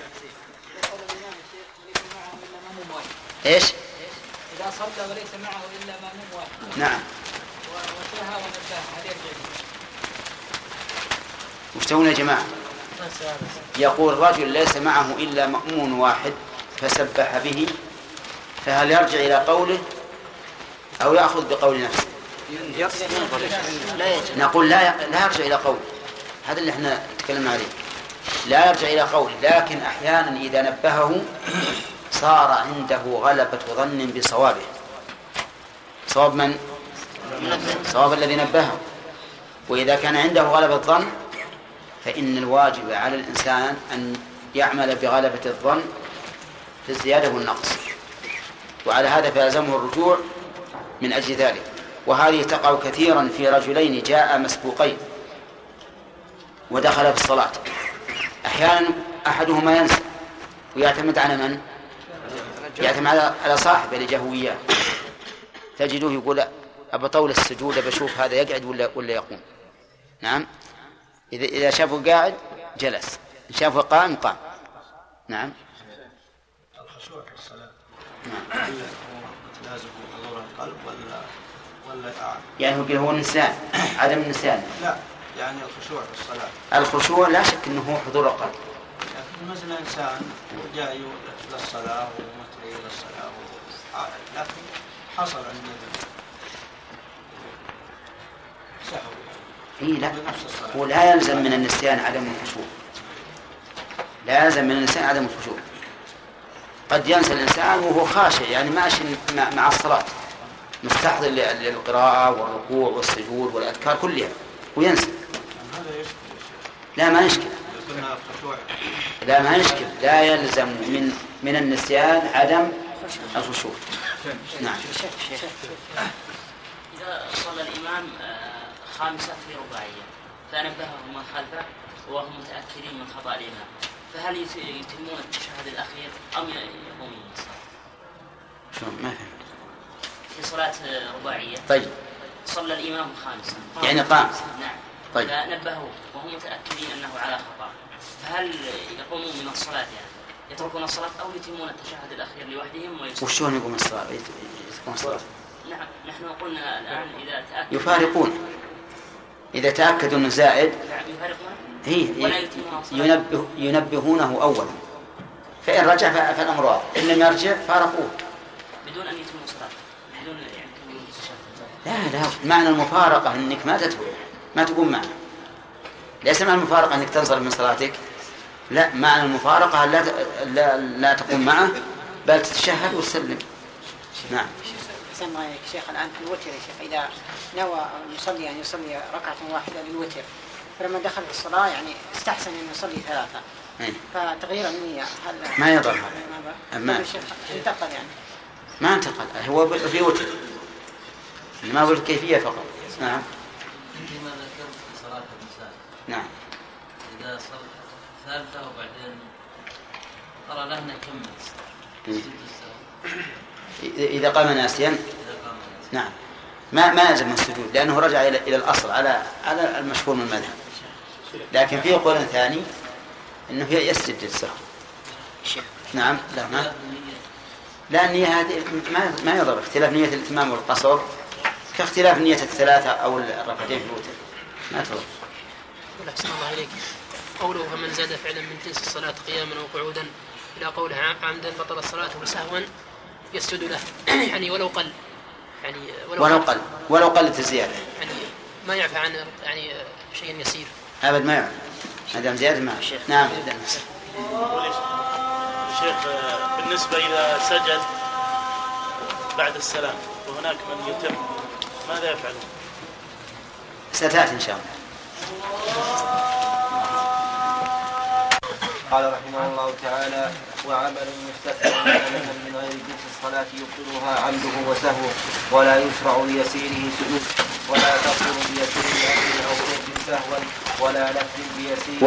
إيش؟ إذا صلى وليس معه إلا مأموم واحد. نعم. وسهى ونبه هل يرجع؟ وش تقول يا جماعة؟ يقول رجل ليس معه إلا مأمون واحد فسبح به، فهل يرجع إلى قوله أو يأخذ بقول نفسه؟ نقول لا يرجع إلى قوله، هذا اللي احنا تكلمنا عليه، لا يرجع إلى قوله، لكن أحيانا إذا نبهه صار عنده غلبة ظن بصوابه. صواب من؟ صواب الذي نبهه. وإذا كان عنده غلبة ظن فإن الواجب على الإنسان أن يعمل بغلبة الظن في الزيادة والنقص، وعلى هذا فيلزمه الرجوع من أجل ذلك. وهذه تقع كثيرا في رجلين جاء مسبوقين ودخل في الصلاة، أحيانا أحدهما ينسى ويعتمد على من؟ يعتمد على صاحبه لجهويات، تجده يقول أبطول السجود بشوف هذا يقعد ولا يقوم. نعم، إذا شافه قاعد جلس، إن شافه قام قام. نعم. الخشوع في الصلاة نعم لازم حضور القلب ولا يعني هو النسيان، عدم النسيان؟ لا، يعني الخشوع في الصلاة. الخشوع لا شك أنه هو حضور القلب. لكن مثلا إنسان جاي للصلاة ومتري للصلاة لكن حصل عنده سهو. لا، ولا يلزم من النسيان عدم الخشوع، لا يلزم من النسيان عدم الخشوع. قد ينسى الإنسان وهو خاشع، يعني ماشي مع الصلاة مستحضر للقراءة والركوع والسجود والأذكار كلها وينسى. لا ما يشكل، لا ما يشكل، لا يلزم من النسيان عدم الخشوع. نعم. إذا صلى الإمام خامسة في رباعية فنبههم من خلفه وهم متأكدين من خطأ الإمام، فهل يتمون التشهد الأخير أم يقومون من الصلاة؟ شلون؟ ما فهمت. في صلاة رباعية. طيب. صلى الإمام خامسا. يعني قام. نعم. طيب. فنبهوا وهم متأكدين أنه على خطأ، فهل يقومون من الصلاة يعني يتركون الصلاة أو يتمون التشهد الأخير لوحدهم ويصلون؟ وشلون يقوم الصلاة؟ يتركون الصلاة؟ نعم، نحن قلنا الآن إذا تأكدوا يفارقون، إذا تأكدوا أنه زائد ينبهونه أولا، فإن رجع فالأمر واضح، إن لم يرجع فارقوه بدون أن يتموا صلاة، بدون يعني لا معنى المفارقة أنك ما تقوم معه، ليس معنى المفارقة أنك تنصرف من صلاتك، لا، معنى المفارقة لا تقوم معه بل تتشهد وتسلم. نعم. أحسن رأيك شيخ الآن في الوتر يا شيخ، إذا نوى المصلي أن يصلي ركعة واحدة للوتر، فلما دخل في الصلاة يعني استحسن أن يصلي ثلاثة، فتغيير النية هل ما يضر؟ ما انتقل يعني؟ ما انتقل، هو في وتر، ما هو الكيفية فقط. نعم. فيما ذكرت في صلاة النساء. نعم. إذا صلى ثالثة وبعدين ترى له نكمل. إذا قام ناسيا. نعم. ما يلزم السجود لأنه رجع إلى الأصل على المشهور من المذهب، لكن في قول ثاني أنه يسجد للسهو. نعم. لا ما لا النية هذه ما يضر. اختلاف نية الإتمام والقصر كاختلاف نية الثلاثة أو الركعتين في الوتر، ما تضر. أحسن الله إليك. قوله فمن زاد فعلا من جنس الصلاة قياما وقعودا إلى قولها عمدا بطل الصلاة وسهوا يسجد له يعني ولو قل، يعني ولو قلت الزيادة، يعني ما يعفى عن يعني شيء يسير أبد ما يعفى هذا زيادة. مع الشيخ نعم. شيخ بالنسبة إذا سجد بعد السلام وهناك من يتم ماذا يفعلون؟ ستأتي إن شاء الله. قال رحمه الله تعالى: وعمل مستثنى من غير جنس الصلاة يبطلها عمده وسهوه، ولا يشرع ليسيره سجود، ولا تبطل بيسير نفل أو فرد سهوا، ولا نفل بيسير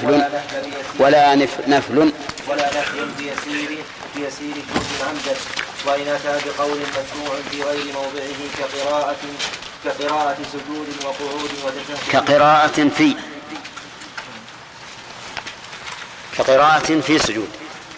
ولا نفل بيسير فرد عمدا، وإن أتى بقول مشروع في غير موضعه كقراءة سجود وقعود وتشهد كقراءة في سجود،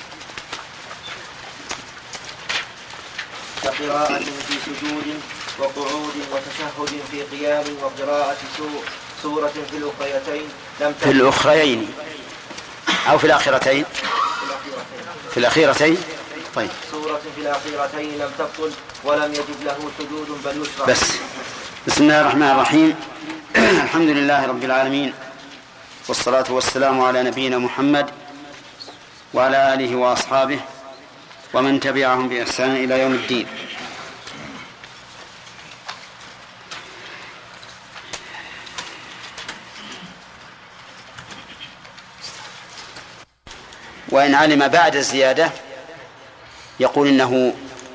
كقراءة في سجود وقعود وتشهد في قيام وقراءة سورة في الأخريين أو في الآخرتين. في الأخيرتين. طيب. سورة في الأخيرتين لم تبطل ولم يجب له سجود بل يشرع. بس. بسم الله الرحمن الرحيم. الحمد لله رب العالمين، والصلاة والسلام على نبينا محمد وعلى آله وأصحابه ومن تبعهم بإحسان إلى يوم الدين. وإن علم بعد الزيادة يقول إنه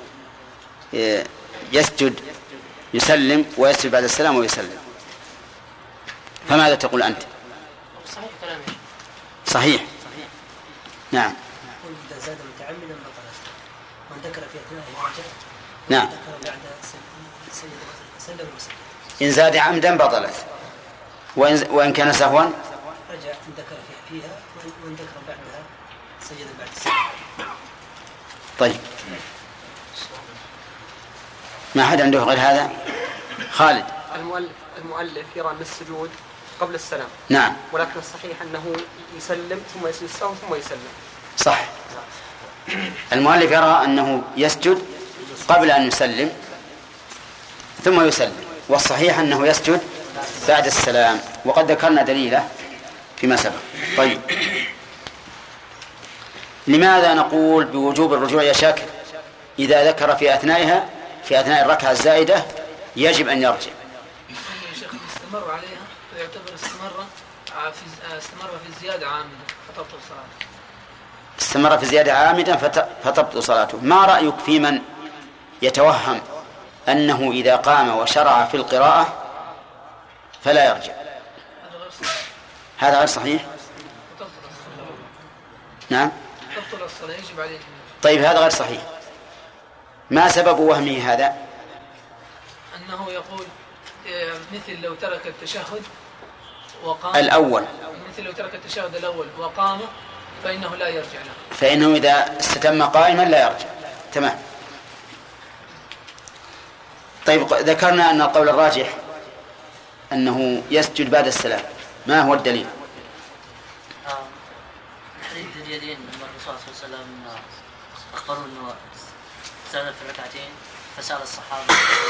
يسلم ويسجد بعد السلام ويسلم. فماذا تقول أنت؟ صحيح كلامه. صحيح. نعم. إذا زاد متعمدا بطلت، من ذكر في أثناء الرجع نعم. ذكر بعد سلم إن زاد عمدا بطلت، وإن كان سهوا رجع إن ذكر فيها، وإن ذكر بعدها سجد بعد السلام. طيب، ما حد عنده غير هذا؟ خالد. المؤلف يرى أن السجود قبل السلام. نعم. ولكن الصحيح أنه يسلم ثم يسجد ثم يسلم. صح. المؤلف يرى أنه يسجد قبل أن يسلم ثم يسلم، والصحيح أنه يسجد بعد السلام، وقد ذكرنا دليله فيما سبق. طيب، لماذا نقول بوجوب الرجوع يا شاكر إذا ذكر في أثناء الركعة الزائدة يجب أن يرجع؟ شيخ استمر عليها فيعتبر استمر في الزيادة عامدا فتبطل صلاته. استمر في الزيادة عامدا فتبطل صلاته. ما رأيك في من يتوهم أنه إذا قام وشرع في القراءة فلا يرجع؟ هذا غير صحيح. نعم. تبطل الصلاة يجب عليه. طيب، هذا غير صحيح. ما سبب وهمه هذا؟ أنه يقول مثل لو ترك التشهد وقام الأول، مثل لو ترك التشهد الأول وقام فإنه لا يرجع له، فإنه إذا استتم قائما لا يرجع. تمام. طيب، ذكرنا أن القول الراجح أنه يسجد بعد السلام، ما هو الدليل؟ حديث اليدين أن الرسول صلى الله عليه وسلم أخبروا أنه سجد في الركعتين فسأل الصحابة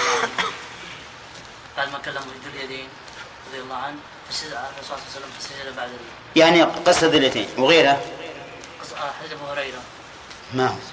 بعد ما كلموا ذو اليدين رضي الله عنه فسجد الرسول صلى الله عليه وسلم فسجد بعد يعني قصة ذو اليدين وغيرها. حديث أبو هريرة ما هو؟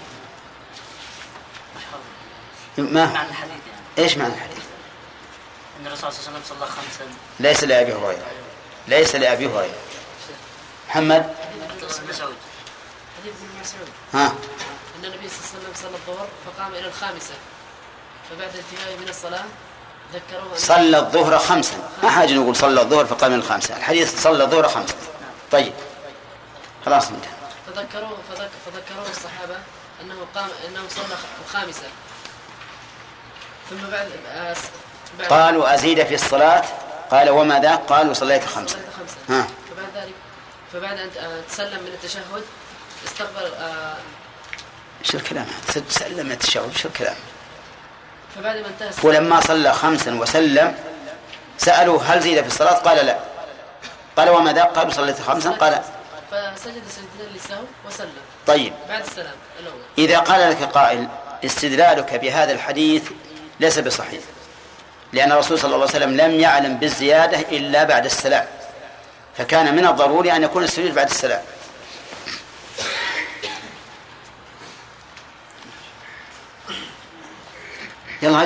معنى الحديث يعني. إيش معنى الحديث؟ أن الرسول صلى الله عليه وسلم صلى 5. ليس لأبي هريرة. ليس لأبي هريرة. محمد. مسعود. حديث ابن مسعود. ها. أن النبي صلى الله عليه وسلم صلى الظهر فقام إلى 5، فبعد انتهائه من الصلاة ذكروه صلى الظهر 5. ما حاجة نقول صلى الظهر فقام إلى 5. الحديث صلى الظهر 5. طيب، خلاص انتهى. فذكروه الصحابة أنه صلى 5، ثم بعد قالوا أزيد في الصلاة، قال وما ذا؟ قالوا صليت 5. ها. فبعد أن تسلم من التشهد استقبل شو الكلام؟ سلم التشهد شو الكلام؟ فبعد ما انتهى ولما صلى 5 وسلم سألوه هل زيد في الصلاة؟ قال لا. قال وماذا؟ قال صليت 5 قال فسجد سجدتين للسهو وسلم. طيب بعد السلام الأول. إذا قال لك قائل استدلالك بهذا الحديث ليس بصحيح، لأن الرسول صلى الله عليه وسلم لم يعلم بالزيادة إلا بعد السلام، فكان من الضروري أن يكون السجود بعد السلام. يلا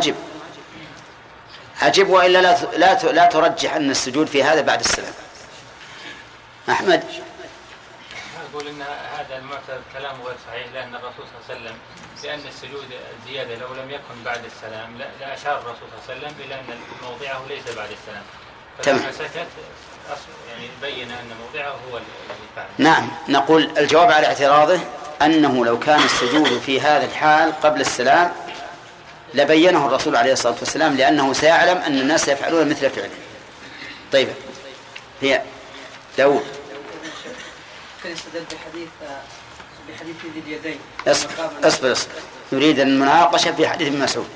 أجب وإلا لا ترجح أن السجود في هذا بعد السلام. أحمد أقول أن هذا المعتبر كلام غير صحيح، لأن الرسول صلى الله عليه وسلم لأن السجود زيادة لو لم يكن بعد السلام لا أشار الرسول صلى الله عليه وسلم إلى أن موضعه ليس بعد السلام، فلما سكت يعني بين أن موضعه هو الذي فعل. نعم، نقول الجواب على اعتراضه أنه لو كان السجود في هذا الحال قبل السلام لبينه الرسول عليه الصلاة والسلام، لأنه سيعلم أن الناس يفعلون مثل فعله. طيب هي داود كان يستدل بحديث ذي اليدين. اصبر نريد المناقشة في حديث ابن مسعود.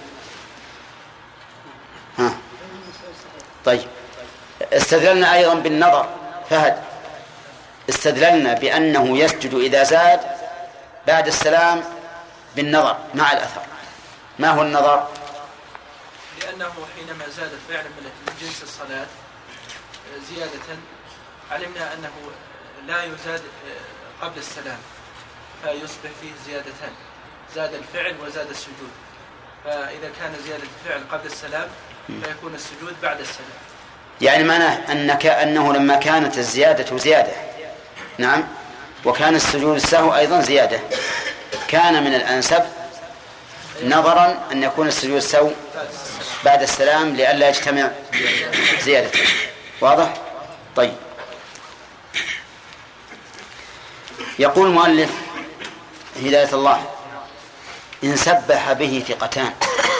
طيب استدللنا أيضا بالنظر. فهد استدللنا بأنه يسجد إذا زاد بعد السلام بالنظر مع الأثر. ما هو النظر؟ لأنه حينما زاد فعلا من جنس الصلاة زيادة علمنا أنه لا يزاد قبل السلام، فيصبح فيه زيادتان، زاد الفعل وزاد السجود. فإذا كان زيادة الفعل قبل السلام فيكون السجود بعد السلام. يعني معناه أنه لما كانت الزيادة زيادة، نعم، وكان السجود السهو أيضا زيادة، كان من الأنسب نظرا أن يكون السجود السهو بعد السلام لئلا يجتمع زيادة. واضح؟ طيب يقول المؤلف هداية الله إن سبح به ثقتان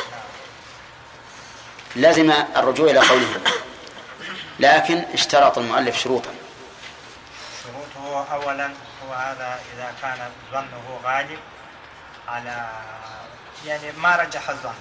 لازم الرجوع إلى قولهم، لكن اشترط المؤلف شروطا. شروطه أولا هو هذا إذا كان ظنه غالب على يعني ما رجح الظن،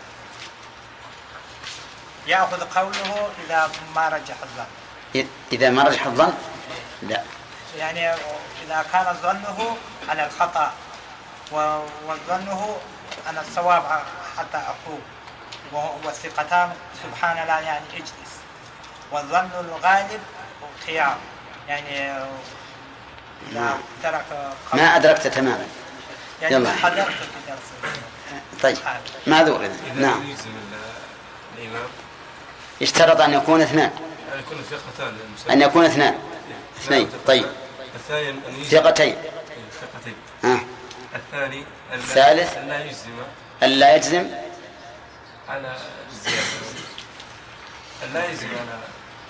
يأخذ قوله إذا ما رجح الظن. إذا ما رجح الظن لا، يعني إذا كان ظنه على الخطأ وظنه أن الصواب حتى أقول والثقتان سبحان الله يعني اجلس، والظن الغالب خيار يعني لا ترك ما أدركت تماما يعني يلا حضرت في درس. طيب معذور إذن. نعم اشترط أن يكون اثنان، أن يكون اثنين. طيب ثقتين. الثاني الثالث ألا يجزم على الزيادة، ألا يجزم على.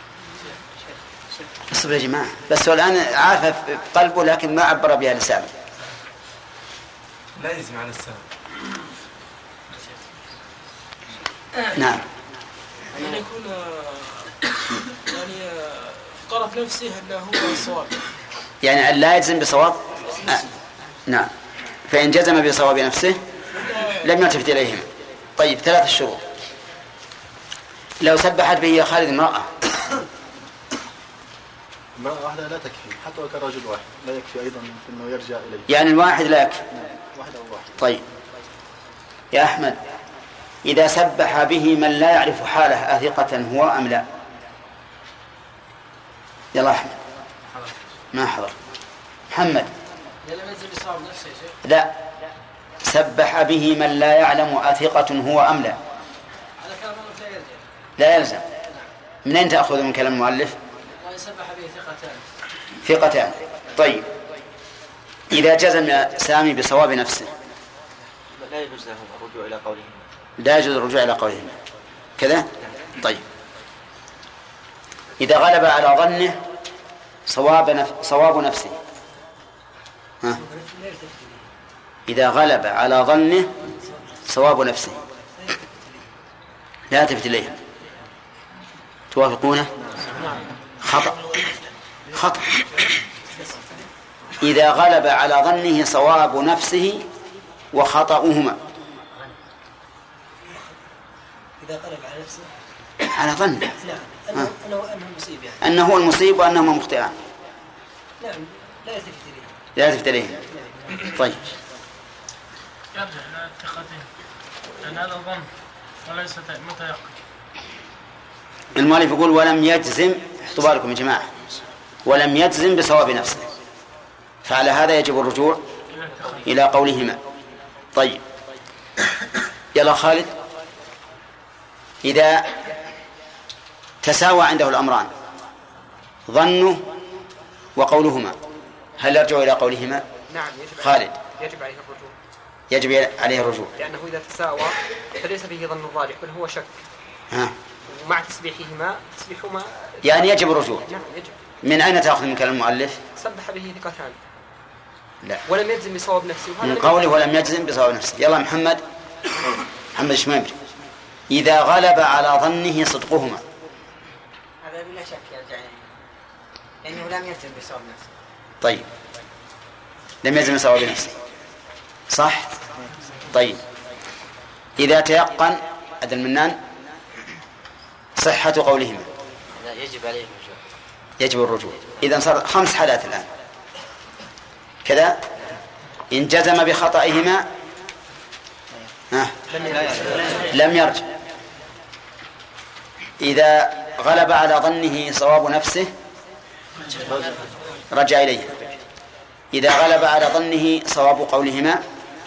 اصبر يا جماعة، بس هو الآن عارف قلبه لكن ما عبر بها لسانه. لا يجزم على السهو. نعم أن يكون يعني طرف نفسه أنه هو الصواب، يعني أن لا يجزم بصواب. نعم، فإن جزم بصواب نفسه لم يلتفت إليهما. طيب 3 شروط. لو سبحت به يا خالد امرأة واحدة لا تكفي، حتى لو كان رجل واحد لا يكفي أيضا أنه يرجع إليه، يعني الواحد لا يكفي. واحد أو واحد. طيب يا أحمد إذا سبح به من لا يعرف حاله أثقة هو أم لا؟ يلا أحمد. ما حضر. محمد. لا، سبح به من لا يعلم أثقة هو أم لا؟ لا يلزم. من أين تأخذ من كلام المؤلف؟ سبح به ثقتان. طيب إذا جزم سامي بصواب نفسه لا يجوز له الرجوع إلى قولهم. لا يجوز الرجوع إلى قولهم كذا. طيب إذا غلب على ظنه صواب نفسه. إذا غلب على ظنه صواب نفسه لا تلتفت إليهم. توافقونه؟ خطأ. إذا غلب على ظنه صواب نفسه وخطأهما. إذا قلب على نفسه على ظن نعم أنه مصيب يعني. أنه هو المصيب وأنهما مخطئان. نعم لا يلتفت إليه. لا يلتفت إليه. طيب. يرجع إلى اتخاذه لأن هذا ظن وليس متيقن. المؤلف يقول ولم يجزم، احطوا بالكم يا جماعة، ولم يجزم بصواب نفسه، فعلى هذا يجب الرجوع إلى قولهما. طيب يلا خالد، إذا تساوى عنده الأمران ظنه وقولهما هل يرجع إلى قولهما؟ نعم خالد يجب عليه الرجوع. يجب عليه الرجوع لأنه إذا تساوى فليس فيه ظن الراجح بل هو شك. ومع تسبيحهما تسبيحهما يعني يجب الرجوع. نعم يجب. من أين تأخذ من كلام المؤلف؟ سبح به ثقتان. لا ولم يجزم بصواب نفسه. من قوله ولم يجزم بصواب نفسه. يلا محمد الشميمري، إذا غلب على ظنه صدقهما. هذا بلا شك يرجع لأنه لم يجزم بصواب نفسه. طيب لم يجزم بصواب نفسه صح؟ طيب إذا تيقن عبد المنان صحة قولهما لا يجب عليه الرجوع. يجب الرجوع. إذن صار 5 حالات الآن كذا. إن جزم بخطئهما لم يرجع. إذا غلب على ظنه صواب نفسه رجع إليه. إذا غلب على ظنه صواب قولهما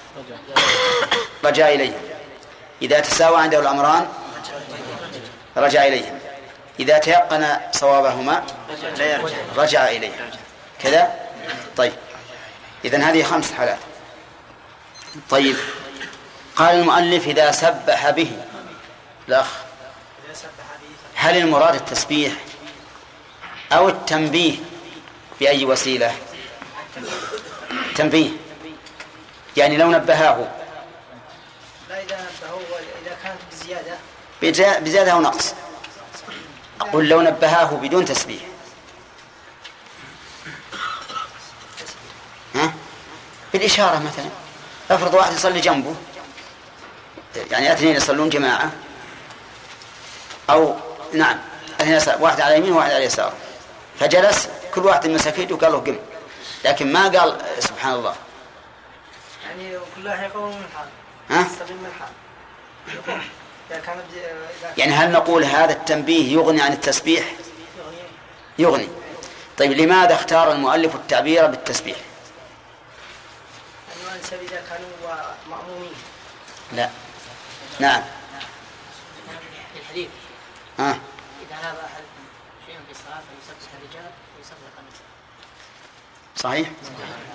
رجع إليه. إذا تساوى عنده الأمران رجع إليه. إذا تيقن صوابهما رجع إليه كذا. طيب إذن هذه 5 حالات. طيب قال المؤلف إذا سبح به الأخ، هل المراد التسبيح أو التنبيه بأي وسيلة؟ تنبيه يعني لو نبهاه. لا إذا نبهه إذا كانت بزيادة أو نقص. أقول لو نبهاه بدون تسبيح بالإشارة مثلا. افرض واحد يصلي جنبه، يعني 2 يصلون جماعة، أو نعم 2 واحد على يمين وواحد على يسار، فجلس كل واحد مسك يده وقال له قم، لكن ما قال سبحان الله. يعني كلها يقوم من حال يستقيم من حال. يعني هل نقول هذا التنبيه يغني عن التسبيح؟ يغني. طيب لماذا اختار المؤلف التعبير بالتسبيح؟ إذا كانوا مأمومين. لا نعم الحديث إذا ناب أحد شيئا في الصلاة فيسبح الرجال ويسبح النساء. صحيح.